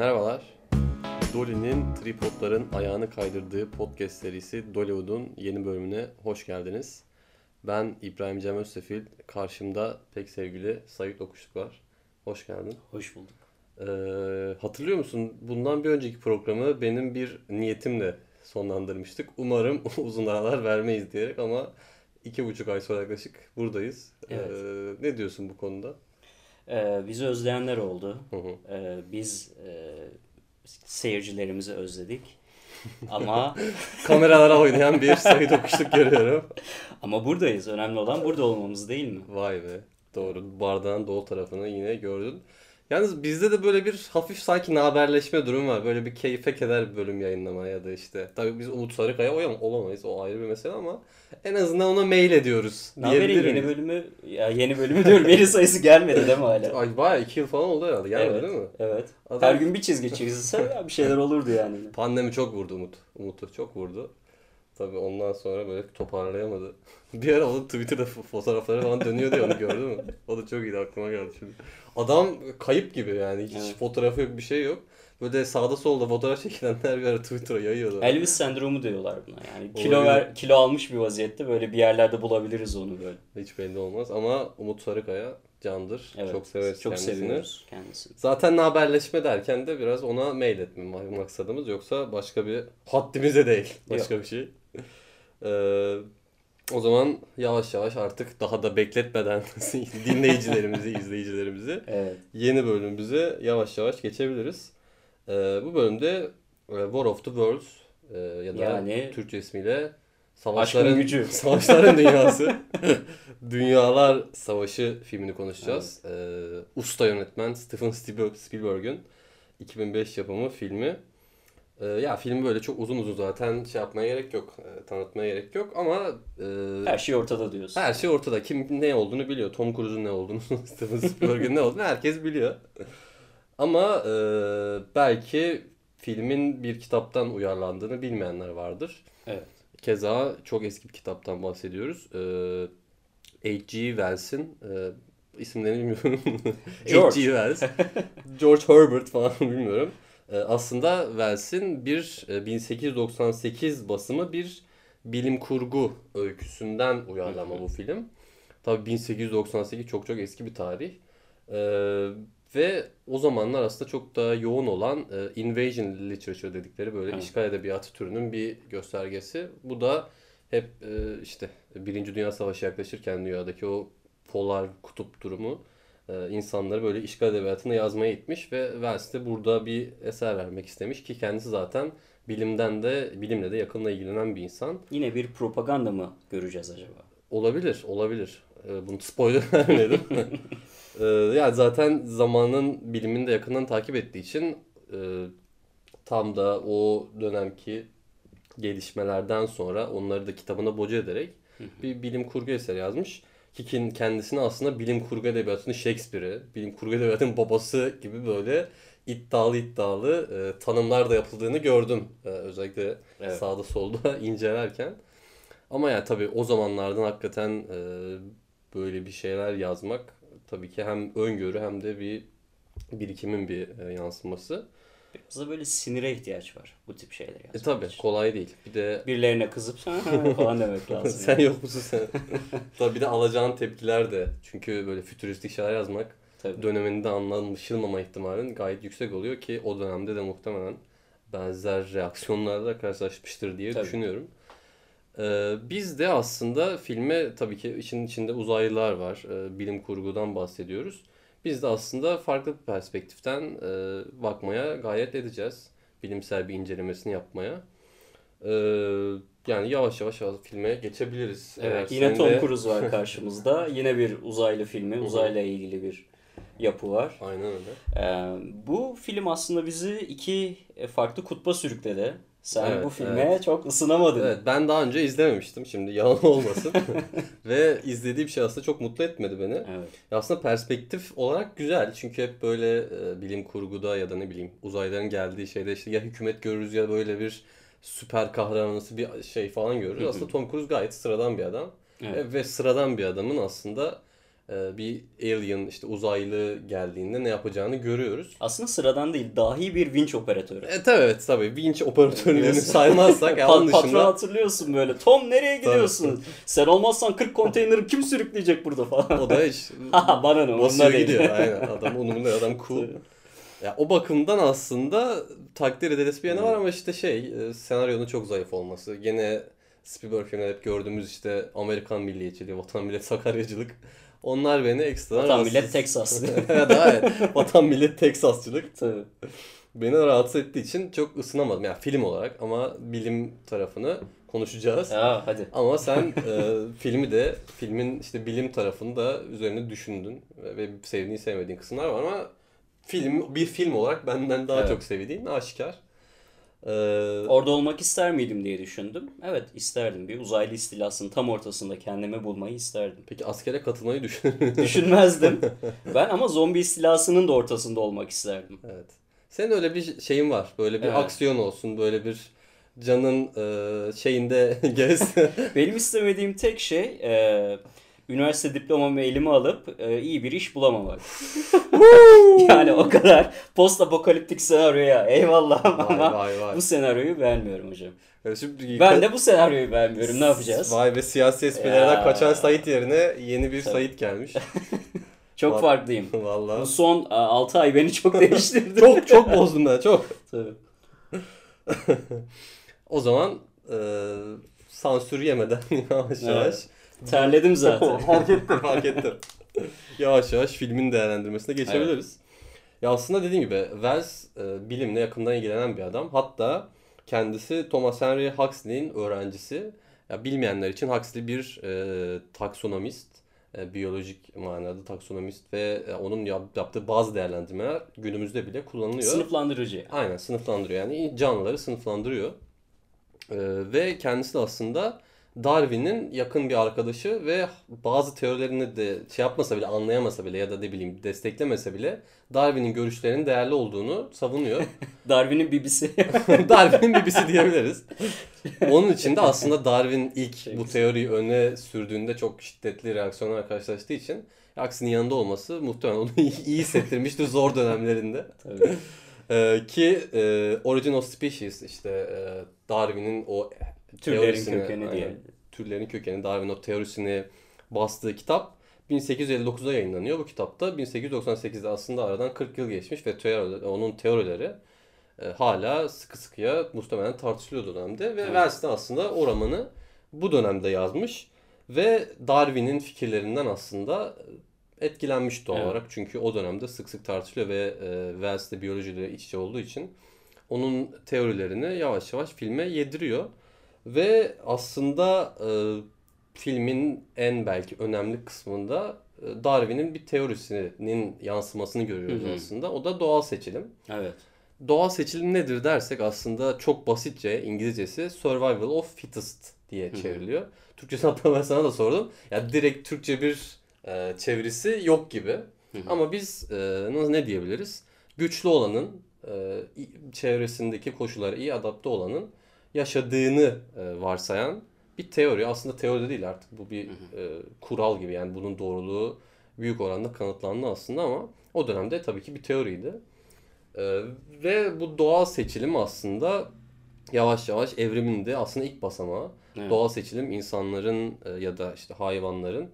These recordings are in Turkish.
Merhabalar. Dolly'nin tripodların ayağını kaydırdığı podcast serisi Dollywood'un yeni bölümüne hoş geldiniz. Ben İbrahim Cem Özsefil, karşımda pek sevgili Sait Okuşluk var. Hoş geldin. Hoş bulduk. Hatırlıyor musun? Bundan bir önceki programı benim bir niyetimle sonlandırmıştık. Umarım uzun aralar vermeyiz diyerek ama 2,5 ay sonra yaklaşık buradayız. Evet. Ne diyorsun bu konuda? Bizi özleyenler oldu. Hı hı. Biz seyircilerimizi özledik. Ama Kameralara oynayan bir Sait Okuşluk görüyorum. ama buradayız. Önemli olan burada olmamız değil mi? Vay be. Doğru. Bardağın doğu tarafını yine gördün. Yalnız bizde de böyle bir hafif sanki haberleşme durum var. Böyle bir keyfe keder bir bölüm yayınlama ya da işte. Tabii biz Umut Sarıkaya olamayız. O ayrı bir mesele ama en azından ona mail ediyoruz. Naber'in Diyebilir yeni miyiz? bölümü, ya yeni bölümü diyorum. Veri sayısı gelmedi değil mi hala? Ay bayağı 2 yıl falan oldu herhalde. Gelmedi Evet. değil mi? Evet. Adam- Her gün bir çizgi çizilse ya bir şeyler olurdu yani. Pandemi çok vurdu Umut. Umut'u çok vurdu. Tabii ondan sonra böyle toparlayamadı. Bir ara onun Twitter'da fotoğrafları falan dönüyordu ya, onu gördün mü? O da çok iyiydi, aklıma geldi şimdi. Adam kayıp gibi yani, hiç Evet. fotoğrafı yok, bir şey yok. Böyle sağda solda fotoğraf çekilenler bir ara Twitter'a yayıyordu. Elvis sendromu diyorlar buna. Yani Olabilir. kilo almış bir vaziyette böyle bir yerlerde bulabiliriz onu böyle. Hiç belli olmaz ama Umut Sarıkaya candır. Evet. Çok severiz Çok kendisini. seviyoruz kendisini. Zaten haberleşme derken de biraz ona mail etme maksadımız, yoksa başka bir haddimize değil. Başka bir şey. Ee, O zaman yavaş yavaş artık daha da bekletmeden dinleyicilerimizi, izleyicilerimizi Evet. yeni bölümümüze yavaş yavaş geçebiliriz. Bu bölümde War of the Worlds ya da Yani Türkçe ismiyle Aşkın Gücü. Savaşların Dünyası, Dünyalar Savaşı filmini konuşacağız. Usta yönetmen Steven Spielberg'ün 2005 yapımı filmi. Ya film böyle çok uzun zaten şey yapmaya gerek yok, tanıtmaya gerek yok ama Her şey ortada diyorsun. her şey ortada. Kim ne olduğunu biliyor. Tom Cruise'un ne olduğunu, Steven Spielberg'ün ne olduğunu herkes biliyor. Ama belki filmin bir kitaptan uyarlandığını bilmeyenler vardır. Evet. Keza çok eski bir kitaptan bahsediyoruz. H.G. Wells'in isimlerini bilmiyorum. George. H.G. Wells, George Herbert falan bilmiyorum. Aslında Wells'in bir 1898 basımı bir bilim kurgu öyküsünden uyarlama bu film. Tabii 1898 çok çok eski bir tarih. Ve o zamanlar aslında çok daha yoğun olan invasion literature dedikleri böyle Evet. işgal edebiyatı türünün bir göstergesi. Bu da hep işte Birinci Dünya Savaşı yaklaşırken dünyadaki o polar kutup durumu insanları böyle işgal edebiyatına yazmaya itmiş ve Wells de burada bir eser vermek istemiş ki kendisi zaten bilimle de yakından ilgilenen bir insan. Yine bir propaganda mı göreceğiz acaba? Olabilir, olabilir. Bunu spoiler vermedim. Yani zaten zamanın bilimini de yakından takip ettiği için tam da o dönemki gelişmelerden sonra onları da kitabına boca ederek bir bilim kurgu eseri yazmış. Ki kendisini aslında bilim kurgu edebiyatının Shakespeare'i, bilim kurgu edebiyatının babası gibi böyle iddialı tanımlar da yapıldığını gördüm. Özellikle Evet. sağda solda incelerken. Ama yani tabii o zamanlardan hakikaten böyle bir şeyler yazmak tabii ki hem öngörü hem de bir birikimin bir yansıması. Biraz da böyle sinire ihtiyaç var bu tip şeyler yazmak Tabii için. kolay değil. Bir de Birilerine kızıp falan demek lazım. sen yani. yok musun sen? Tabii bir de alacağın tepkiler de. Çünkü böyle fütüristik şeyler yazmak Tabii. döneminde anlaşılmama ihtimalin gayet yüksek oluyor ki o dönemde de muhtemelen benzer reaksiyonlarla karşılaşmıştır diye Tabii. düşünüyorum. Biz de aslında filme tabii ki işin içinde uzaylılar var. Bilim kurgudan bahsediyoruz. Biz de aslında farklı bir perspektiften bakmaya gayret edeceğiz. Bilimsel bir incelemesini yapmaya. Ee, Yani yavaş yavaş filme geçebiliriz. Evet, Eğer yine senin Tom de- Cruise var karşımızda. Yine bir uzaylı filmi, uzayla ilgili bir yapı var. Aynen öyle. Bu film aslında bizi iki farklı kutba sürükledi. Sen Evet, bu filme çok ısınamadın. Evet, ben daha önce izlememiştim. Şimdi yalan olmasın. Ve izlediğim şey aslında çok mutlu etmedi beni. Evet. Ya aslında perspektif olarak güzel. Çünkü hep böyle bilim kurguda ya da ne bileyim uzaylıların geldiği şeyde işte ya hükümet görürüz ya böyle bir süper kahramanısı bir şey falan görürüz. Aslında Tom Cruise gayet sıradan bir adam. Evet. Ve sıradan bir adamın aslında bir alien işte uzaylı geldiğinde ne yapacağını görüyoruz. Aslında sıradan değil. Dahi bir vinç operatörü. Tabii. Vinç operatörlerini saymazsak ya onun Patron dışında. hatırlıyorsun böyle. Tom nereye gidiyorsun? Sen olmazsan 40 konteyneri kim sürükleyecek burada falan. O da hiç Bana ne basıyor umurumda değil. gidiyor. Aynen adam umurunda adam cool. Ya o bakımdan aslında takdir edilesi bir yanı var ama işte senaryonun çok zayıf olması. Gene Spielberg filmlerinde hep gördüğümüz işte Amerikan milliyetçiliği, vatan millet sakaryacılık. Onlar beni ekstra Vatan millet Texas. Evet, vatan millet Teksasçılık. Tabii. Beni rahatsız ettiği için çok ısınamadım. Yani film olarak ama bilim tarafını konuşacağız. Ya hadi. Ama sen filmin işte bilim tarafını da üzerine düşündün ve sevdiğin sevmediğin kısımlar var ama bir film olarak benden daha çok sevdiğin aşikar. Orada olmak ister miydim diye düşündüm. Evet isterdim. Bir uzaylı istilasının tam ortasında kendimi bulmayı isterdim. Peki askere katılmayı Düşünmezdim. Ben ama zombi istilasının da ortasında olmak isterdim. Evet. Senin öyle bir şeyin var. Böyle bir aksiyon olsun. Böyle bir canın şeyinde gez. Benim istemediğim tek şey üniversite diplomamı elime alıp iyi bir iş bulamamak. Yani o kadar post apokaliptik senaryoya eyvallah ama Vay. bu senaryoyu beğenmiyorum hocam. Şimdi Ben de bu senaryoyu beğenmiyorum. Ne yapacağız? Vay be, siyasi esprilerden kaçan Sait yerine yeni bir Sait gelmiş. Çok farklıyım. Vallahi. Bu son 6 ay beni çok değiştirdi. çok bozdum ben çok. Tabii. O zaman sansür yemeden yavaş yavaş. Terledim zaten. Fark ettim. Yavaş yavaş filmin değerlendirmesine geçebiliriz. Ya aslında dediğim gibi Wells bilimle yakından ilgilenen bir adam. Hatta kendisi Thomas Henry Huxley'in öğrencisi. Ya bilmeyenler için Huxley bir taksonomist, biyolojik manada taksonomist ve onun yaptığı bazı değerlendirmeler günümüzde bile kullanılıyor. Sınıflandırıcı. Aynen, sınıflandırıyor. Yani canlıları sınıflandırıyor. Ve kendisi de aslında Darwin'in yakın bir arkadaşı ve bazı teorilerini de yapmasa bile, anlayamasa bile ya da ne bileyim desteklemese bile Darwin'in görüşlerinin değerli olduğunu savunuyor. Darwin'in bibisi. Darwin'in bibisi diyebiliriz. Onun için de aslında Darwin ilk bu teoriyi öne sürdüğünde çok şiddetli reaksiyonlarla karşılaştığı için Huxley'nin yanında olması muhtemelen onu iyi hissettirmiştir zor dönemlerinde. Tabii. Origin of Species işte Darwin'in o Türlerin kökeni diye. Türlerin kökeni, Darwin o teorisini bastığı kitap 1859'da yayınlanıyor. Bu kitapta 1898'de aslında aradan 40 yıl geçmiş ve onun teorileri hala sıkı sıkıya muhtemelen tartışılıyor dönemde. Ve Wells de aslında o romanı bu dönemde yazmış ve Darwin'in fikirlerinden aslında etkilenmiş doğal olarak. Çünkü o dönemde sık sık tartışılıyor ve Wells de biyolojiyle iç içe olduğu için onun teorilerini yavaş yavaş filme yediriyor. Ve aslında filmin en belki önemli kısmında Darwin'in bir teorisinin yansımasını görüyoruz aslında. O da doğal seçilim. Evet. Doğal seçilim nedir dersek aslında çok basitçe İngilizcesi survival of fittest diye çevriliyor. Türkçesi hatta ben sana da sordum. Ya direkt Türkçe bir çevirisi yok gibi. Ama biz ne diyebiliriz? Güçlü olanın, çevresindeki koşullara iyi adapte olanın yaşadığını varsayan bir teori. Aslında teori de değil artık. Bu bir kural gibi. Yani bunun doğruluğu büyük oranda kanıtlandı aslında ama o dönemde tabii ki bir teoriydi. Ve bu doğal seçilim aslında yavaş yavaş evrimin de aslında ilk basamağı. Evet. Doğal seçilim insanların ya da işte hayvanların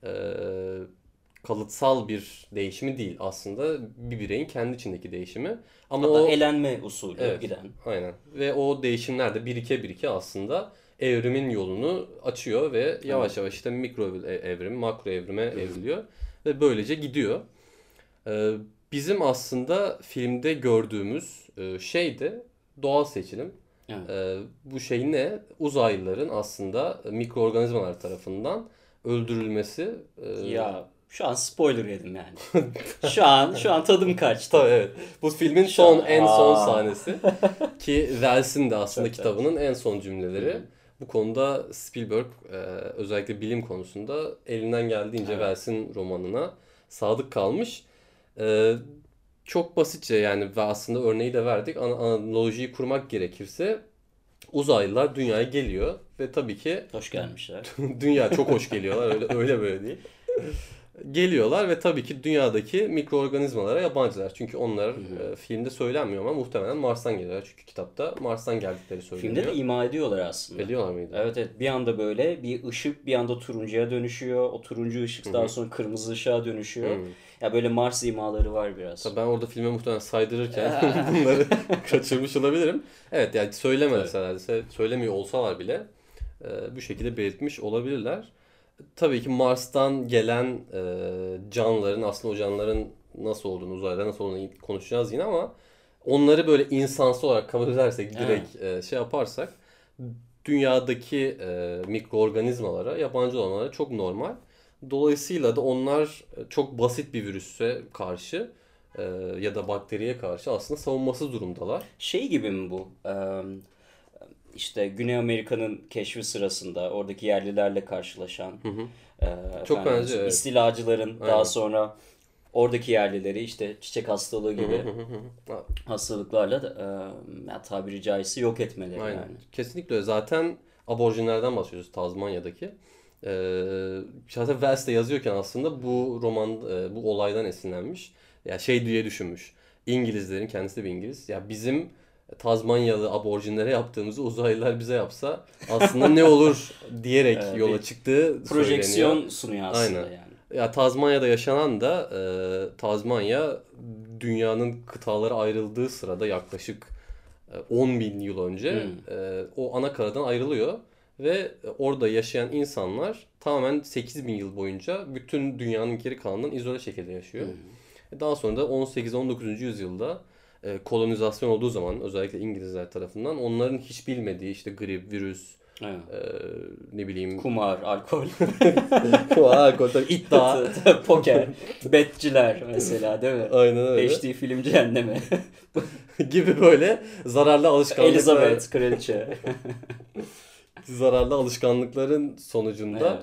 kalıtsal bir değişimi değil aslında bir bireyin kendi içindeki değişimi. Ama hatta o elenme usulü giden. Aynen. Ve o değişimler de birike aslında evrimin yolunu açıyor ve yavaş yavaş işte mikro evrim, makro evrime evriliyor ve böylece gidiyor. Bizim aslında filmde gördüğümüz şey de doğal seçilim. Evet. Bu şey ne? Uzaylıların aslında mikroorganizmalar tarafından öldürülmesi. Ya şu an spoiler yedim yani. şu an tadım kaçtı. Tabii evet. Bu filmin en son sahnesi ki Wells'in de aslında kitabının en son cümleleri. Bu konuda Spielberg özellikle bilim konusunda elinden geldiğince Wells'in romanına sadık kalmış. Çok basitçe yani ve aslında örneği de verdik. Analojiyi kurmak gerekirse uzaylılar dünyaya geliyor ve tabii ki hoş gelmişler. Dünya çok hoş geliyorlar öyle böyle değil. Geliyorlar ve tabii ki dünyadaki mikroorganizmalara yabancılar. Çünkü onlar filmde söylenmiyor ama muhtemelen Mars'tan geliyorlar. Çünkü kitapta Mars'tan geldikleri söyleniyor. Filmde de ima ediyorlar aslında. Ediyorlar mıydı? Evet evet, bir anda böyle bir ışık bir anda turuncuya dönüşüyor. O turuncu ışık daha sonra kırmızı ışığa dönüşüyor. Ya böyle Mars imaları var biraz. Tabii ben orada filme muhtemelen saydırırken bunları kaçırmış olabilirim. Evet yani söylemeselerse, söylemiyor olsalar bile bu şekilde belirtmiş olabilirler. Tabii ki Mars'tan gelen canlıların, aslında o canlıların nasıl olduğunu, uzayda nasıl olduğunu konuşacağız yine ama onları böyle insansı olarak kabul edersek, direkt şey yaparsak, dünyadaki mikroorganizmalara, yabancı olanlara çok normal. Dolayısıyla da onlar çok basit bir virüse karşı ya da bakteriye karşı aslında savunmasız durumdalar. Şey gibi mi bu? İşte Güney Amerika'nın keşfi sırasında oradaki yerlilerle karşılaşan Çok benziyor, evet. istilacıların daha Aynen. sonra oradaki yerlileri işte çiçek hastalığı gibi hastalıklarla da ya tabiri caizse yok etmeleri Aynen. yani. Kesinlikle öyle. Zaten aborjinlerden bahsediyoruz, Tazmanya'daki. Zaten Wells'te yazıyorken aslında bu roman bu olaydan esinlenmiş. Ya şey diye düşünmüş. İngilizlerin, kendisi de bir İngiliz. Ya bizim Tazmanyalı aborjinlere yaptığımızı uzaylılar bize yapsa aslında ne olur diyerek yola Bir çıktığı söyleniyor. projeksiyon sunuyor aslında Aynen. yani. Ya Tazmanya'da yaşanan da Tazmanya dünyanın kıtalara ayrıldığı sırada yaklaşık 10 bin yıl önce o ana karadan ayrılıyor ve orada yaşayan insanlar tamamen 8 bin yıl boyunca bütün dünyanın geri kalanından izole şekilde yaşıyor. Daha sonra da 18-19. yüzyılda kolonizasyon olduğu zaman özellikle İngilizler tarafından onların hiç bilmediği işte grip, virüs, Evet. ne bileyim Kumar, alkol, alkol, tabii iddia. poker, betçiler mesela değil mi? Aynen öyle. HD film cehennemi. gibi böyle zararlı alışkanlıklar. Elizabeth kraliçe. Zararlı alışkanlıkların sonucunda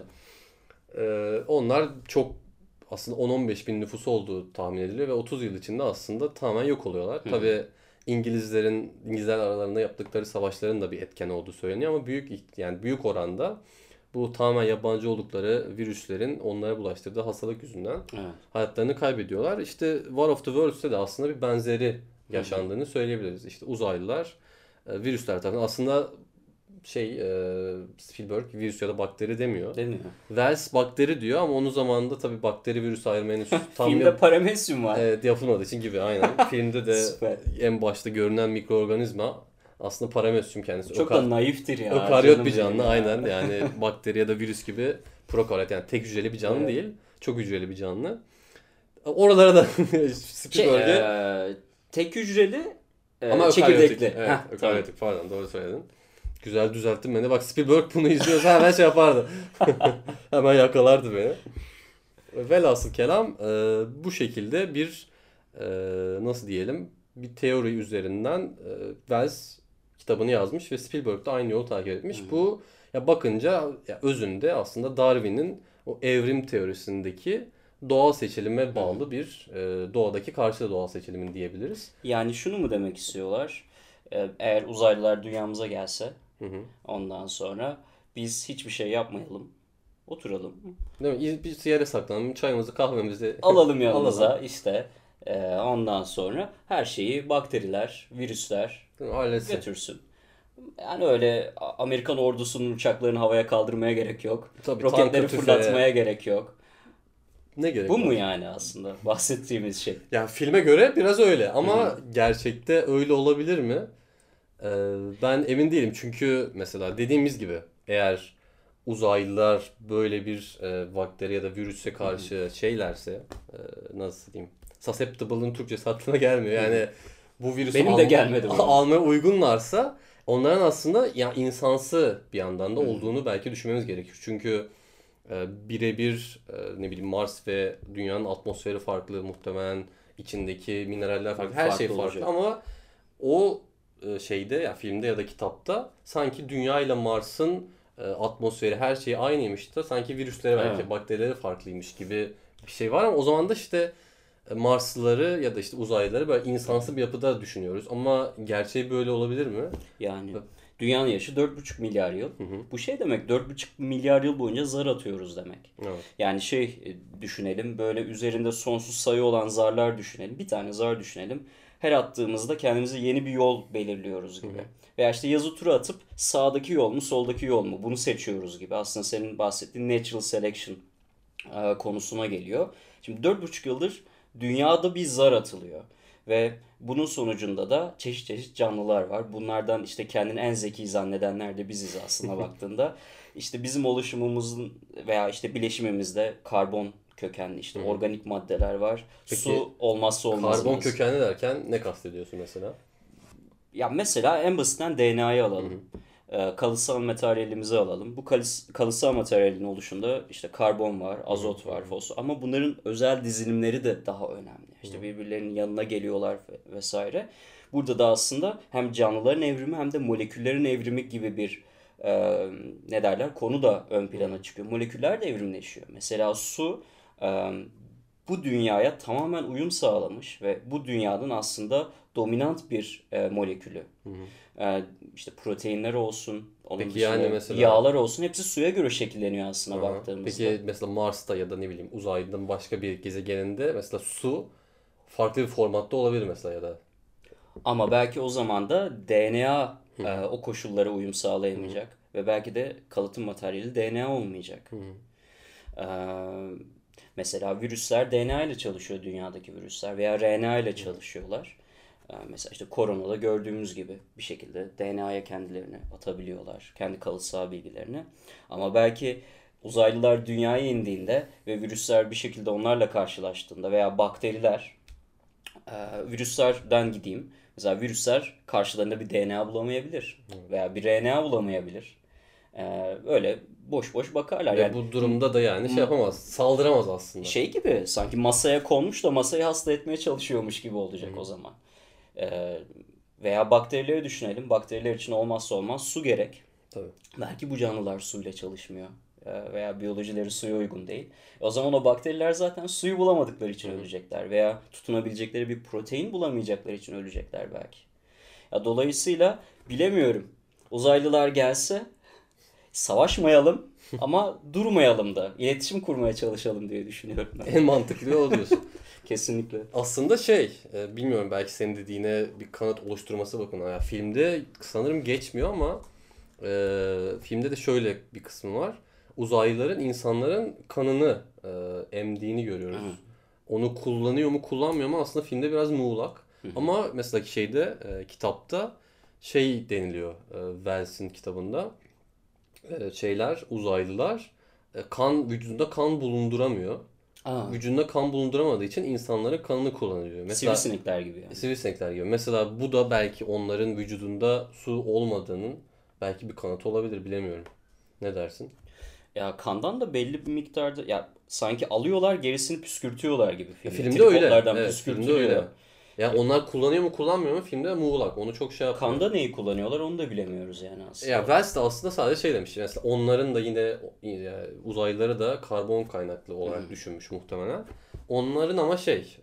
onlar çok aslında 10-15 bin nüfusu olduğu tahmin ediliyor ve 30 yıl içinde aslında tamamen yok oluyorlar. Tabii İngilizler aralarında yaptıkları savaşların da bir etken olduğu söyleniyor ama büyük oranda bu tamamen yabancı oldukları virüslerin onlara bulaştırdığı hastalık yüzünden hayatlarını kaybediyorlar. İşte War of the Worlds'te de aslında bir benzeri yaşandığını söyleyebiliriz. İşte uzaylılar virüsler tarafından aslında Spielberg virüs ya da bakteri demiyor. Demiyor. Wells bakteri diyor ama onun zamanında tabii bakteri virüs ayırma henüz tam Filmde paramesyum var. yapılmadığı için gibi aynen. Filmde de Süper. en başta görünen mikroorganizma aslında paramesyum kendisi. Çok da naiftir ya. Ökaryot canım bir canlı benim ya. aynen, yani bakteri ya da virüs gibi prokaryot, yani tek hücreli bir canlı Evet. değil. Çok hücreli bir canlı. Oralara da Spielberg'e Tek hücreli ama çekirdekli. Evet, Heh, ökaryotik, pardon, doğru söyledin. Güzel düzelttin beni. Bak Spielberg bunu izliyorsa hemen şey yapardı. Hemen yakalardı beni. Velhasıl kelam bu şekilde bir nasıl diyelim, bir teori üzerinden Wells kitabını yazmış ve Spielberg de aynı yolu takip etmiş. Bu ya bakınca ya özünde aslında Darwin'in o evrim teorisindeki doğal seçilime bağlı bir doğadaki karşıda doğal seçilimin diyebiliriz. Yani şunu mu demek istiyorlar? Eğer uzaylılar dünyamıza gelse ondan sonra biz hiçbir şey yapmayalım. Oturalım. Değil mi? Bir yere saklanalım, çayımızı kahvemizi Alalım yanımıza alalım. işte. Ondan sonra her şeyi bakteriler, virüsler Halletsin. götürsün. Yani öyle Amerikan ordusunun uçaklarını havaya kaldırmaya gerek yok. Tabii, Roketleri tankı, tüfeği. fırlatmaya gerek yok. Ne gerek Bu var? mu yani aslında bahsettiğimiz şey? Yani filme göre biraz öyle ama gerçekte öyle olabilir mi? Ben emin değilim. Çünkü mesela dediğimiz gibi eğer uzaylılar böyle bir bakteri ya da virüse karşı şeylerse nasıl diyeyim? Susceptible'ın Türkçesi aklıma gelmiyor. Yani bu virüsü Benim de gelmedi bu. almaya uygunlarsa onların aslında ya insansı bir yandan da olduğunu belki düşünmemiz gerekiyor. Çünkü birebir ne bileyim Mars ve dünyanın atmosferi farklı, muhtemelen içindeki mineraller farklı, her şey Farklı farklı olacak. ama o şeyde ya filmde ya da kitapta sanki Dünya ile Mars'ın atmosferi, her şey aynıymış da sanki virüsleri belki Evet. bakterileri farklıymış gibi bir şey var ama o zaman da işte Marslıları ya da işte uzaylıları böyle insansı bir yapıda düşünüyoruz ama gerçeği böyle olabilir mi? Yani Dünyanın yaşı 4,5 milyar yıl. Bu şey demek, 4,5 milyar yıl boyunca zar atıyoruz demek. Evet. Yani düşünelim, böyle üzerinde sonsuz sayı olan zarlar düşünelim. Bir tane zar düşünelim. Her attığımızda kendimize yeni bir yol belirliyoruz gibi. Veya işte yazı tura atıp sağdaki yol mu soldaki yol mu bunu seçiyoruz gibi. Aslında senin bahsettiğin natural selection konusuna geliyor. Şimdi 4,5 yıldır dünyada bir zar atılıyor. Ve bunun sonucunda da çeşit çeşit canlılar var. Bunlardan işte kendini en zeki zannedenler de biziz aslında baktığında. İşte bizim oluşumumuzun veya işte bileşimimizde karbon kökenli işte organik maddeler var. Peki, su olmazsa olmazımız. Karbon kökenli derken ne kastediyorsun mesela? Ya mesela en basitinden DNA'yı alalım. Kalıtsal materyalimizi alalım. Bu kalıtsal materyalin oluşunda işte karbon var, azot var, fosfor. Ama bunların özel dizilimleri de daha önemli. İşte birbirlerinin yanına geliyorlar vesaire. Burada da aslında hem canlıların evrimi hem de moleküllerin evrimi gibi bir ne derler konu da ön plana çıkıyor. Moleküller de evrimleşiyor. Mesela su bu dünyaya tamamen uyum sağlamış ve bu dünyanın aslında dominant bir molekülü. İşte proteinler olsun, onun Peki dışında yani mesela yağlar olsun, hepsi suya göre şekilleniyor aslında baktığımızda. Peki mesela Mars'ta ya da ne bileyim uzayda başka bir gezegeninde mesela su farklı bir formatta olabilir mesela ya da. Ama belki o zaman da DNA o koşullara uyum sağlayamayacak ve belki de kalıtım materyali DNA olmayacak. Ee, Mesela virüsler DNA ile çalışıyor, dünyadaki virüsler, veya RNA ile çalışıyorlar. Mesela işte koronada gördüğümüz gibi bir şekilde DNA'ya kendilerini atabiliyorlar, kendi kalıtsal bilgilerini. Ama belki uzaylılar dünyaya indiğinde ve virüsler bir şekilde onlarla karşılaştığında veya bakteriler, virüslerden gideyim. Mesela virüsler karşılarında bir DNA bulamayabilir veya bir RNA bulamayabilir. Öyle boş boş bakarlar. Ve Yani bu durumda da yani şey yapamaz, saldıramaz aslında. şey gibi, sanki masaya konmuş da masayı hasta etmeye çalışıyormuş gibi olacak o zaman. Veya bakterileri düşünelim. Bakteriler için olmazsa olmaz su gerek. Tabii. Belki bu canlılar suyla çalışmıyor. Veya biyolojileri suya uygun değil. O zaman o bakteriler zaten suyu bulamadıkları için ölecekler. Veya tutunabilecekleri bir protein bulamayacakları için ölecekler belki. Ya dolayısıyla bilemiyorum. Uzaylılar gelse savaşmayalım ama durmayalım da. İletişim kurmaya çalışalım diye düşünüyorum ben. En mantıklı o diyorsun. Kesinlikle. Aslında bilmiyorum, belki senin dediğine bir kanıt oluşturması bakın. Yani filmde sanırım geçmiyor ama filmde de şöyle bir kısmı var. Uzaylıların insanların kanını emdiğini görüyoruz. Onu kullanıyor mu kullanmıyor mu aslında filmde biraz muğlak. Ama mesela kitapta deniliyor, Wells'in kitabında. Uzaylılar vücudunda kan bulunduramıyor. Vücudunda kan bulunduramadığı için insanların kanını kullanıyor. Mesela Sivrisinekler gibi yani. Sivrisinekler gibi. Mesela bu da belki onların vücudunda su olmadığının belki bir kanıtı olabilir, bilemiyorum. Ne dersin? Ya kandan da belli bir miktarda, ya sanki alıyorlar gerisini püskürtüyorlar gibi filmde. Filmde öyle. Tripodlardan Evet, filmde öyle. Ya onlar kullanıyor mu kullanmıyor mu filmde muğlak. Onu çok yapmıyor. Kanda neyi kullanıyorlar onu da bilemiyoruz yani aslında. Ya Wells de aslında sadece demiş. Mesela onların da yine uzaylıları da karbon kaynaklı olarak düşünmüş muhtemelen. Onların ama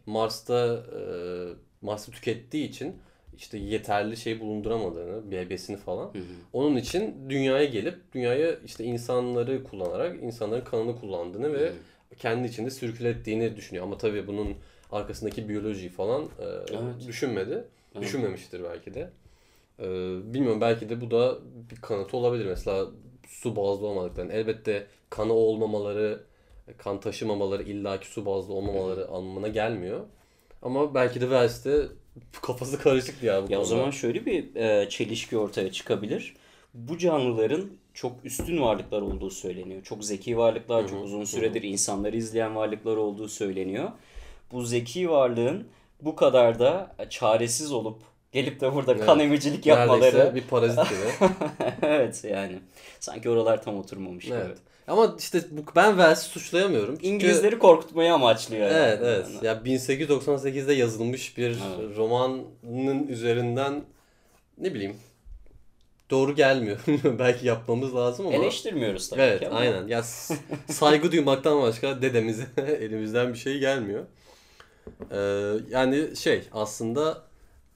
Mars'ta tükettiği için işte yeterli bulunduramadığını, besini falan. Onun için dünyaya gelip dünyaya işte insanları kullanarak insanların kanını kullandığını ve kendi içinde sirküle ettiğini düşünüyor. Ama tabii bunun arkasındaki biyolojiyi falan düşünmedi. Evet. Düşünmemiştir belki de. Bilmiyorum, belki de bu da bir kanıtı olabilir. Mesela su bazlı olmadıklarını. Elbette kanı olmamaları, kan taşımamaları, illaki su bazlı olmamaları anlamına gelmiyor. Ama belki de Wells'te kafası karışık ya bu konuda. O zaman şöyle bir çelişki ortaya çıkabilir. Bu canlıların çok üstün varlıklar olduğu söyleniyor. Çok zeki varlıklar, çok uzun süredir insanları izleyen varlıklar olduğu söyleniyor. Bu zeki varlığın bu kadar da çaresiz olup gelip de burada kan emicilik yapmaları. Neredeyse bir parazit gibi. Evet yani. Sanki oralar tam oturmamış gibi. Evet. Ama işte ben Wells'i suçlayamıyorum. Çünkü İngilizleri korkutmayı amaçlıyor. Evet, yani. Evet. Ya 1898'de yazılmış bir romanın üzerinden ne bileyim doğru gelmiyor. Belki yapmamız lazım ama. Eleştirmiyoruz tabii evet, ki ama. aynen. Ya saygı duymaktan başka dedemize elimizden bir şey gelmiyor. Yani aslında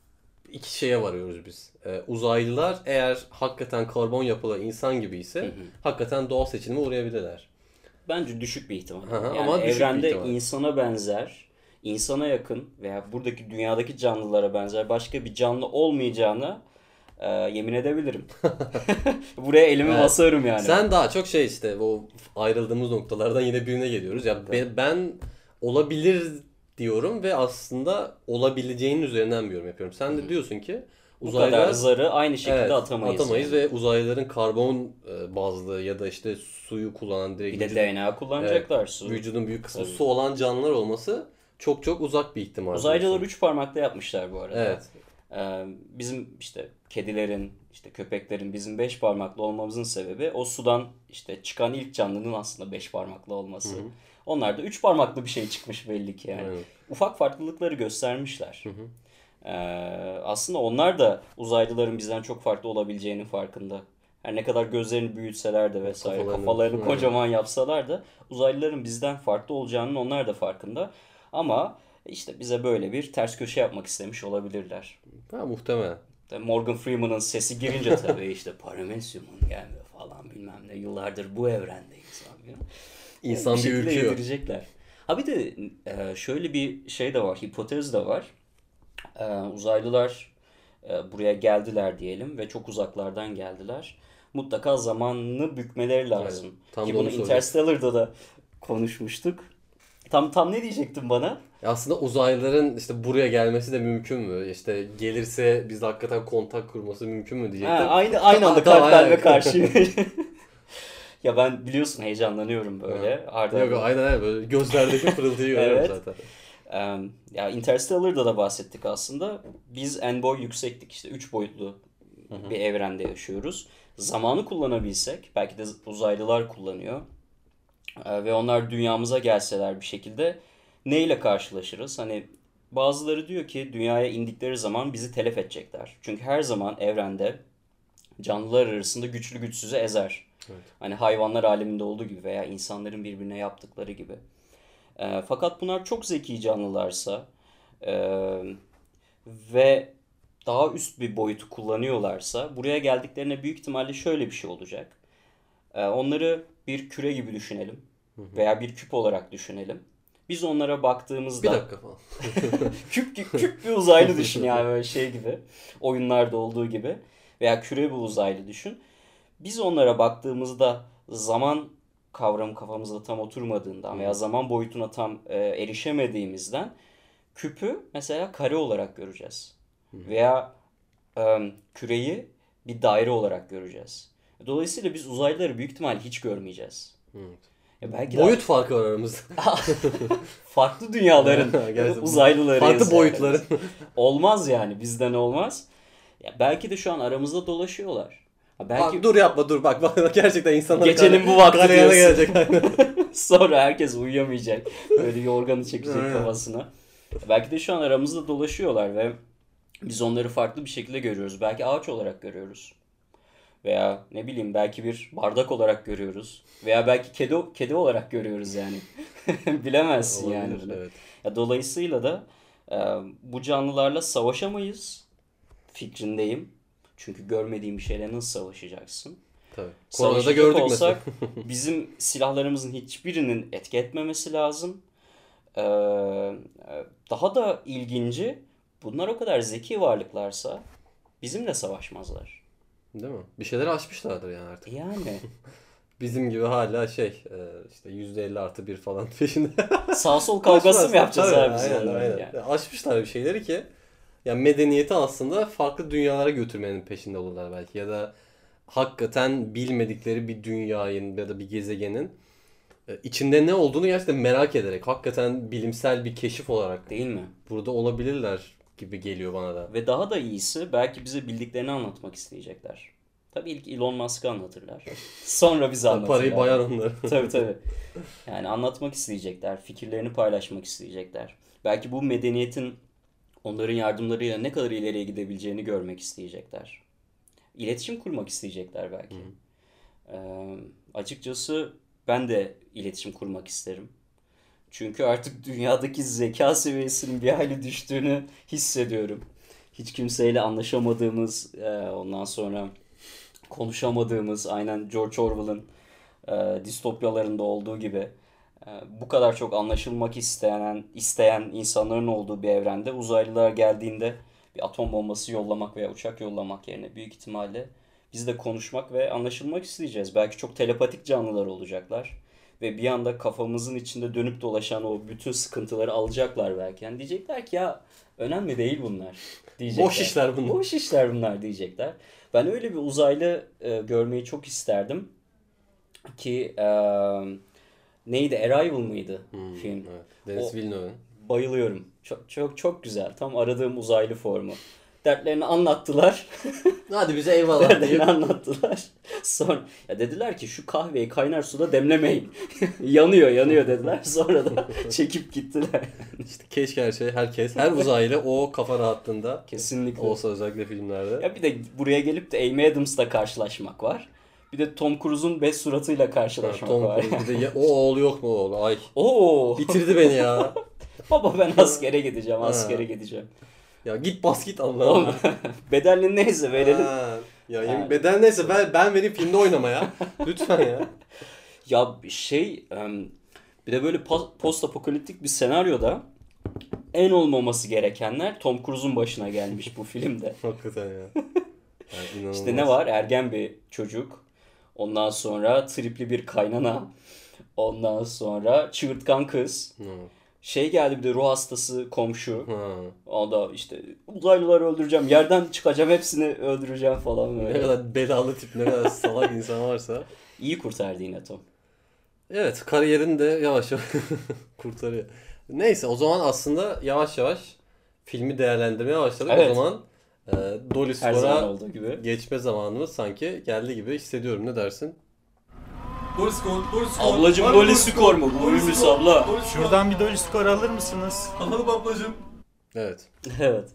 iki şeye varıyoruz biz. Uzaylılar eğer hakikaten karbon yapılı insan gibi ise hakikaten doğal seçilime uğrayabilirler. Bence düşük bir ihtimal. Hı hı, Yani ama düşük bir evrende ihtimal. insana benzer, insana yakın veya buradaki dünyadaki canlılara benzer başka bir canlı olmayacağını yemin edebilirim. Buraya elimi Evet. basarım yani. Sen daha çok şey işte o ayrıldığımız noktalardan yine birine geliyoruz. Ya ben olabilir diyorum ve aslında olabileceğinin üzerinden bir yorum yapıyorum. Sen de diyorsun ki Bu kadar uzaylılar zarı aynı şekilde evet, atamayız. Yani. ve uzaylıların karbon bazlı ya da işte suyu kullanan direkt Bir de vücut, DNA kullanacaklar. Su. vücudun büyük kısmı Tabii. su olan canlılar olması çok çok uzak bir ihtimal. Uzaylılar diyorsun. 3 parmakla yapmışlar bu arada. Evet. Bizim işte kedilerin, işte köpeklerin bizim 5 parmaklı olmamızın sebebi o sudan işte çıkan ilk canlının aslında 5 parmaklı olması. Onlar da 3 parmaklı bir şey çıkmış belli ki yani. Aynen. Ufak farklılıkları göstermişler. Aslında onlar da uzaylıların bizden çok farklı olabileceğinin farkında. Her ne kadar gözlerini büyütseler de vesaire kafalarını kocaman yapsalar da uzaylıların bizden farklı olacağının onlar da farkında. Ama işte bize böyle bir ters köşe yapmak istemiş olabilirler. Ha, muhtemelen. Morgan Freeman'ın sesi girince tabii işte Paramesyum'un gelmiyor falan bilmem ne. Yıllardır bu evrendeyiz abi. İnsan bir şekilde ürküyor. yedirecekler. Ha bir de şöyle bir şey de var, hipotez de var. Uzaylılar buraya geldiler diyelim ve çok uzaklardan geldiler. Mutlaka zamanını bükmeleri lazım. Evet, tam Ki da bunu onu Interstellar'da da konuşmuştuk. Tam ne diyecektin bana? Aslında uzaylıların işte buraya gelmesi de mümkün mü? İşte gelirse biz hakikaten kontak kurması mümkün mü diyecektim. Aynı anda Tamam, kalp aynen. karşı. Ya ben biliyorsun heyecanlanıyorum böyle. Yok aynen böyle gözlerdeki pırıltıyı görüyorum Evet. zaten. Ya Interstellar'da da bahsettik aslında. Biz en boy yüksektik işte 3 boyutlu bir evrende yaşıyoruz. Zamanı kullanabilsek, belki de uzaylılar kullanıyor. Ve onlar dünyamıza gelseler bir şekilde neyle karşılaşırız? Hani bazıları diyor ki dünyaya indikleri zaman bizi telef edecekler. Çünkü her zaman evrende canlılar arasında güçlü güçsüzü ezer. Evet. Hani hayvanlar aleminde olduğu gibi veya insanların birbirine yaptıkları gibi. Fakat bunlar çok zeki canlılarsa ve daha üst bir boyutu kullanıyorlarsa buraya geldiklerine büyük ihtimalle şöyle bir şey olacak. Onları bir küre gibi düşünelim veya bir küp olarak düşünelim. Biz onlara baktığımızda... Bir dakika falan. küp bir uzaylı düşün yani böyle şey gibi. Oyunlarda olduğu gibi. Veya küre bir uzaylı düşün. Biz onlara baktığımızda zaman kavramı kafamızda tam oturmadığından veya zaman boyutuna tam erişemediğimizden küpü mesela kare olarak göreceğiz. Veya küreyi bir daire olarak göreceğiz. Dolayısıyla biz uzaylıları büyük ihtimalle hiç görmeyeceğiz. Ya belki Boyut farkı var aramızda. farklı dünyaların uzaylıları. Farklı boyutların. Olmaz yani bizden olmaz. Ya belki de şu an aramızda dolaşıyorlar. Belki Dur yapma dur bak gerçekten insanlar gecenin bu vakti diyorsun. gelecek. Sonra herkes uyuyamayacak. Böyle yorganı çekecek kafasına. Belki de şu an aramızda dolaşıyorlar ve biz onları farklı bir şekilde görüyoruz. Belki ağaç olarak görüyoruz. Veya ne bileyim belki bir bardak olarak görüyoruz. Veya belki kedi olarak görüyoruz yani. Bilemezsin Olabilir, yani bunu. evet. Ya dolayısıyla da bu canlılarla savaşamayız fikrindeyim. Çünkü görmediğin bir şeyle nasıl savaşacaksın? Tabii. Koronada Savaşacak gördük olsak mesela. bizim silahlarımızın hiçbirinin etki etmemesi lazım. Daha da ilginci bunlar o kadar zeki varlıklarsa bizimle savaşmazlar. Değil mi? Bir şeyler aşmışlardır yani artık. Yani. Bizim gibi hala işte %50+1 falan peşinde. Sağ sol kavgası mı yapacağız Tabii, abi biz aynen, onlarla aynen. yani? Aşmışlar bir şeyleri ki yani medeniyeti aslında farklı dünyalara götürmenin peşinde olurlar belki ya da hakikaten bilmedikleri bir dünyanın ya da bir gezegenin içinde ne olduğunu gerçekten merak ederek hakikaten bilimsel bir keşif olarak Değil mi? burada olabilirler gibi geliyor bana da. Ve daha da iyisi belki bize bildiklerini anlatmak isteyecekler. Tabii ilk Elon Musk'ı anlatırlar. Sonra bize anlatırlar. Parayı bayar onları. Tabii. Yani anlatmak isteyecekler. Fikirlerini paylaşmak isteyecekler. Belki bu medeniyetin onların yardımlarıyla ne kadar ileriye gidebileceğini görmek isteyecekler. İletişim kurmak isteyecekler belki. Açıkçası ben de iletişim kurmak isterim. Çünkü artık dünyadaki zeka seviyesinin bir hayli düştüğünü hissediyorum. hiç kimseyle anlaşamadığımız, ondan sonra konuşamadığımız, aynen George Orwell'ın distopyalarında olduğu gibi bu kadar çok anlaşılmak isteyen insanların olduğu bir evrende uzaylılar geldiğinde bir atom bombası yollamak veya uçak yollamak yerine büyük ihtimalle biz de konuşmak ve anlaşılmak isteyeceğiz. Belki çok telepatik canlılar olacaklar ve bir anda kafamızın içinde dönüp dolaşan o bütün sıkıntıları alacaklar belki. Yani diyecekler ki ya önemli değil bunlar diyecekler. Boş işler bunlar. Boş işler bunlar diyecekler. Ben öyle bir uzaylı görmeyi çok isterdim ki neydi? Arrival mıydı film? Evet. Denis Villeneuve'ın. Bayılıyorum. Çok çok çok güzel. Tam aradığım uzaylı formu. Dertlerini anlattılar. Hadi bize eyvallah Dertlerini deyip. anlattılar. Sonra ya dediler ki şu kahveyi kaynar suda demlemeyin. yanıyor dediler. Sonra da çekip gittiler. İşte keşke her uzaylı o kafa rahatlığında Kesinlikle. olsa özellikle filmlerde. Ya bir de buraya gelip de Amy Adams'la karşılaşmak var. Bir de Tom Cruise'un beş suratıyla karşılaşmak Tom var. Cruise bir de o oğlu yok mu oğlu? Ay Oo. bitirdi beni ya. Baba ben askere gideceğim. Ya git bas git Allah'ım. Bedelin neyse verelim. Ya beden neyse ben vereyim filmde oynamaya. Lütfen ya. Ya bir de böyle post apokaliptik bir senaryoda en olmaması gerekenler Tom Cruise'un başına gelmiş bu filmde. Hakikaten ya. Yani inanılmaz. İşte ne var? Ergen bir çocuk. Ondan sonra tripli bir kaynana. Ondan sonra çığırtkan kız. Geldi bir de ruh hastası komşu. O da işte uzaylıları öldüreceğim, yerden çıkacağım, hepsini öldüreceğim falan böyle. Ne kadar belalı tip, ne kadar salak insan varsa. İyi kurtardı yine Tom. Evet, kariyerini de yavaş yavaş kurtarıyor. Neyse, o zaman aslında yavaş yavaş filmi değerlendirmeye başladık. Evet. O zaman Dolly Her zaman Score'a olduğu gibi. geçme zamanımız sanki geldi gibi hissediyorum. Ne dersin? Dolly Score. Ablacım Var Dolly mı Score mu? Buymuş abla. Dolly Score. Şuradan bir Dolly Score alır mısınız? Alalım ablacım. Evet. Evet.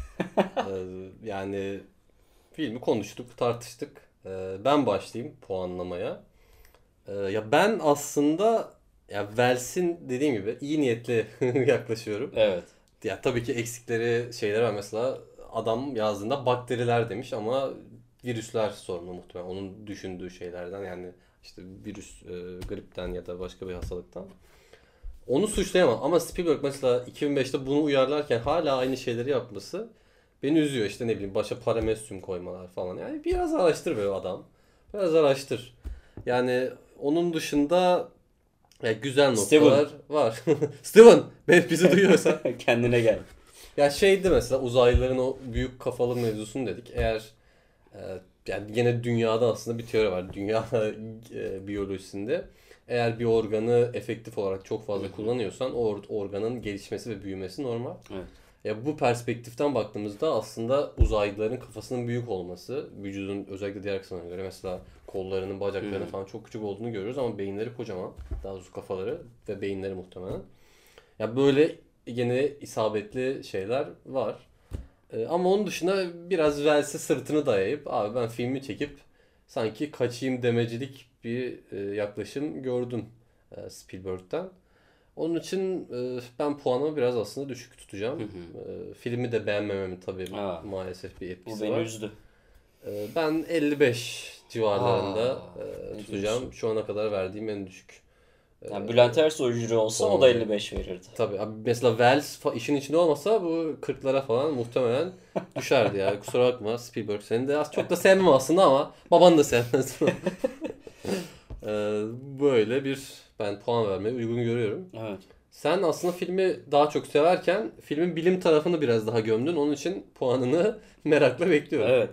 Yani filmi konuştuk, tartıştık. Ben başlayayım puanlamaya. Ya ben aslında ya Wells'in dediğim gibi iyi niyetli yaklaşıyorum. Evet. Ya tabii ki eksikleri şeyler var. Mesela adam yazdığında bakteriler demiş ama virüsler sorunu muhtemelen. Onun düşündüğü şeylerden, yani işte virüs, gripten ya da başka bir hastalıktan. Onu suçlayamam ama Spielberg mesela 2005'te bunu uyarlarken hala aynı şeyleri yapması beni üzüyor. İşte ne bileyim, başa paramesyum koymalar falan. Yani biraz araştır be adam. Biraz araştır. Yani onun dışında güzel noktalar var. Steven, bizi duyuyorsan. Kendine gel. Ya şeydi mesela, uzaylıların o büyük kafalı mevzusunu dedik. Eğer yani yine dünyada aslında bir teori var. Dünya biyolojisinde. Eğer bir organı efektif olarak çok fazla kullanıyorsan o organın gelişmesi ve büyümesi normal. Evet. Ya bu perspektiften baktığımızda aslında uzaylıların kafasının büyük olması, vücudun özellikle diğer kısımlarına göre, mesela kollarının, bacaklarının falan çok küçük olduğunu görüyoruz ama beyinleri kocaman. Daha doğrusu kafaları ve beyinleri muhtemelen. Ya böyle yine isabetli şeyler var. Ama onun dışında biraz Wells'e sırtını dayayıp abi ben filmi çekip sanki kaçayım demecilik bir yaklaşım gördüm Spielberg'ten. Onun için ben puanımı biraz aslında düşük tutacağım. Filmi de beğenmememin tabii maalesef bir etkisi Bu var. beni üzdü. Ben 55 civarlarında ne tutacağım. diyorsun? Şu ana kadar verdiğim en düşük. Yani Bülent Ersoy jüri olsa o da 55 verirdi. Tabii abi, mesela Wells işin içinde olmasa bu 40'lara falan muhtemelen düşerdi ya. Kusura bakma Spielberg, seni de az çok da sevmem aslında ama baban da sevmez. Böyle bir ben puan vermeyi uygun görüyorum. Evet. Sen aslında filmi daha çok severken filmin bilim tarafını biraz daha gömdün. Onun için puanını merakla bekliyorum. Evet.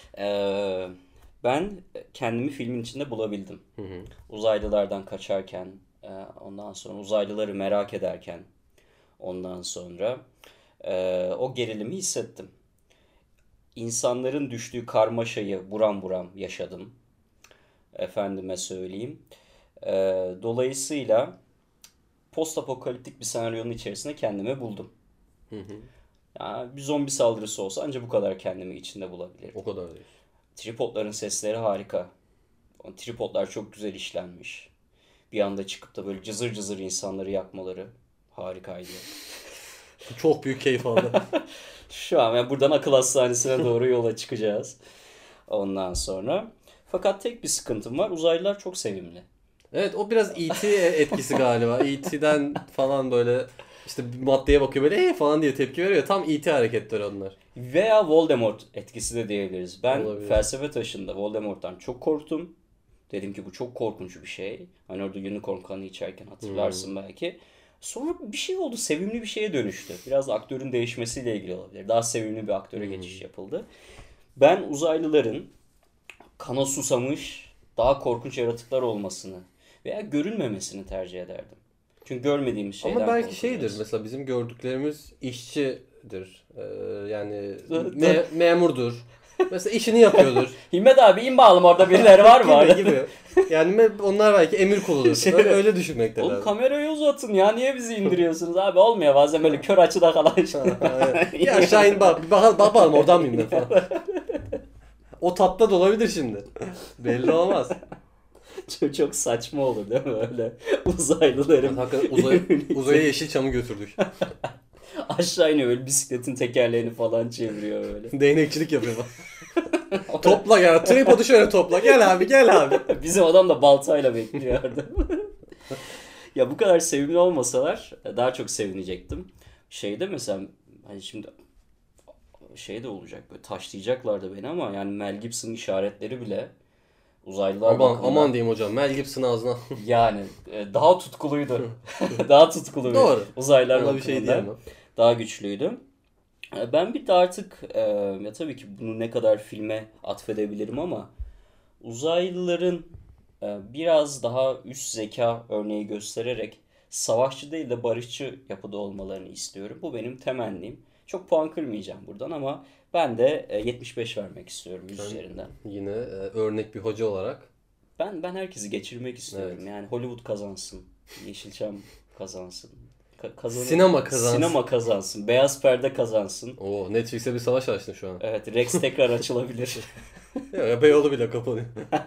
Ben kendimi filmin içinde bulabildim. Uzaylılardan kaçarken, ondan sonra uzaylıları merak ederken, ondan sonra o gerilimi hissettim. İnsanların düştüğü karmaşayı buram buram yaşadım. Efendime söyleyeyim. Dolayısıyla post apokaliptik bir senaryonun içerisinde kendimi buldum. Yani bir zombi saldırısı olsa ancak bu kadar kendimi içinde bulabilirim. O kadar değil. Tripodların sesleri harika. O tripodlar çok güzel işlenmiş. Bir anda çıkıp da böyle cızır cızır insanları yakmaları harikaydı. Çok büyük keyif aldım. Şu an yani buradan akıl hastanesine doğru yola çıkacağız. Ondan sonra. Fakat tek bir sıkıntım var. Uzaylılar çok sevimli. Evet, o biraz E.T. etkisi galiba. E.T.'den falan böyle işte bir maddeye bakıyor böyle falan diye tepki veriyor. Tam E.T. hareketleri onlar. Veya Voldemort etkisi de diyebiliriz. Ben Olabilir. felsefe taşında Voldemort'tan çok korktum. Dedim ki bu çok korkunç bir şey. Hani orada unicorn kanı içerken hatırlarsın belki. Sonra bir şey oldu. Sevimli bir şeye dönüştü. Biraz da aktörün değişmesiyle ilgili olabilir. Daha sevimli bir aktöre geçiş yapıldı. Ben uzaylıların kana susamış, daha korkunç yaratıklar olmasını veya görünmemesini tercih ederdim. Çünkü görmediğimiz şeyden Ama belki korkuyoruz. şeydir mesela bizim gördüklerimiz işçidir. Yani Evet. memurdur. Mesela işini yapıyordur. Himmet abi in bağlım orada birileri var mı? gibi gibi. Yani onlar belki emir kuludur. Öyle düşünmek de Oğlum lazım. kamerayı uzatın ya niye bizi indiriyorsunuz abi olmuyor bazen böyle kör açıda kalan şey. Bir aşağı in bak. Bir bakalım oradan mıyım ben falan. O tatta da olabilir şimdi. Belli olmaz. Çok saçma olur değil mi öyle uzaylıların Hakikaten uzaya Yeşilçam'ı götürdük. aşağı iniyor böyle bisikletin tekerleğini falan çeviriyor öyle. Değnekçilik yapıyor falan. Topla gel. Tripodu şöyle topla. Gel abi gel abi. Bizim adam da baltayla bekliyordu. Ya bu kadar sevimli olmasalar daha çok sevinecektim. Şeyde mesela hani şimdi şey de olacak böyle taşlayacaklardı beni ama yani Mel Gibson'ın işaretleri bile uzaylılar Aman diyeyim hocam. Mel Gibson ağzına. yani daha tutkuluydu. Daha tutkulu Doğru. Uzaylılar Ona bir şey bakımından diyemem. daha güçlüydü. Ben bir de artık ya tabii ki bunu ne kadar filme atfedebilirim ama uzaylıların biraz daha üst zeka örneği göstererek savaşçı değil de barışçı yapıda olmalarını istiyorum. Bu benim temennim. Çok puan kırmayacağım buradan ama ben de 75 vermek istiyorum 100 üzerinden. Yine örnek bir hoca olarak. Ben herkesi geçirmek istiyorum. Evet. Yani Hollywood kazansın, Yeşilçam kazansın. Sinema kazansın. Sinema kazansın, beyaz perde kazansın. Oo, Netflix'e bir savaş açtın şu an. Evet, Rex tekrar açılabilir. Ya Beyoğlu bile kapanıyor.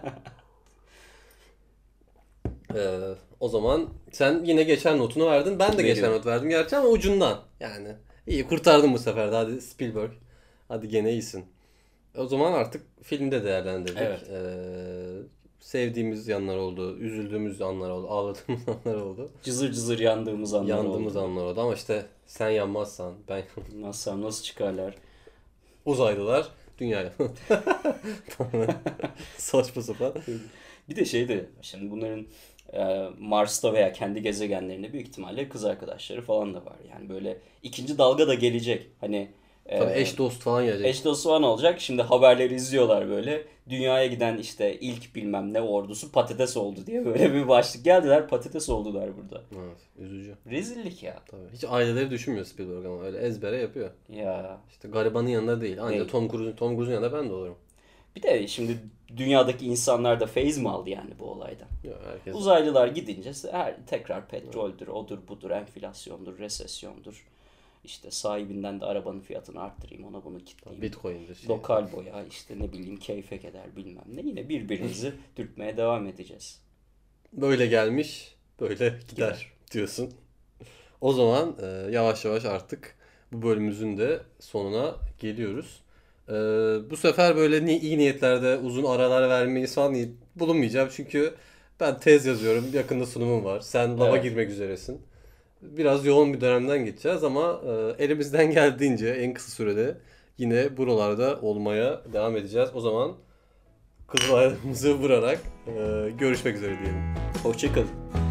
O zaman sen yine geçen notunu verdin. Ben de geçen Veriyorum. not verdim gerçi ama ucundan. Yani iyi kurtardın bu sefer de. Hadi Spielberg. Hadi gene iyisin. O zaman artık filmde değerlendirdik. Evet. Sevdiğimiz yanlar oldu. Üzüldüğümüz anlar oldu. Ağladığımız anlar oldu. Cızır cızır yandığımız anlar Yandığımız oldu. anlar oldu ama işte sen yanmazsan ben Nasıl çıkarlar? uzaylılar dünyaya. Saçma sapan. Bir de şeydi, şimdi bunların Mars'ta veya kendi gezegenlerinde büyük ihtimalle kız arkadaşları falan da var. Yani böyle ikinci dalga da gelecek. Hani Tabii eş dost falan gelecek. eş dostu falan olacak. Şimdi haberleri izliyorlar böyle. Dünyaya giden işte ilk bilmem ne ordusu patates oldu diye böyle bir başlık. Geldiler patates oldular burada. Evet, üzücü. Rezillik ya. Tabii. Hiç aileleri düşünmüyor Spielberg ama öyle ezbere yapıyor. Ya. İşte garibanın yanında değil. Ancak Değil. Tom Cruise'un yanında ben de olurum. Bir de şimdi dünyadaki insanlar da feyz mi aldı yani bu olaydan? Yok, herkes Uzaylılar gidince tekrar petroldür, odur budur, enflasyondur, resesyondur. İşte sahibinden de arabanın fiyatını arttırayım, ona bunu kitleyeyim. Bitcoin'dir. Lokal boya, işte ne bileyim keyfe keder bilmem ne. Yine birbirimizi dürtmeye devam edeceğiz. Böyle gelmiş, böyle gider diyorsun. O zaman yavaş yavaş artık bu bölümümüzün de sonuna geliyoruz. Bu sefer böyle iyi niyetlerde uzun aralar vermeyi falan bulunmayacağım. Çünkü ben tez yazıyorum. Yakında sunumum var. Sen lava Evet. girmek üzeresin. Biraz yoğun bir dönemden geçeceğiz ama elimizden geldiğince en kısa sürede yine buralarda olmaya devam edeceğiz. O zaman Kızılay'ımızı vurarak görüşmek üzere diyelim. Hoşçakalın.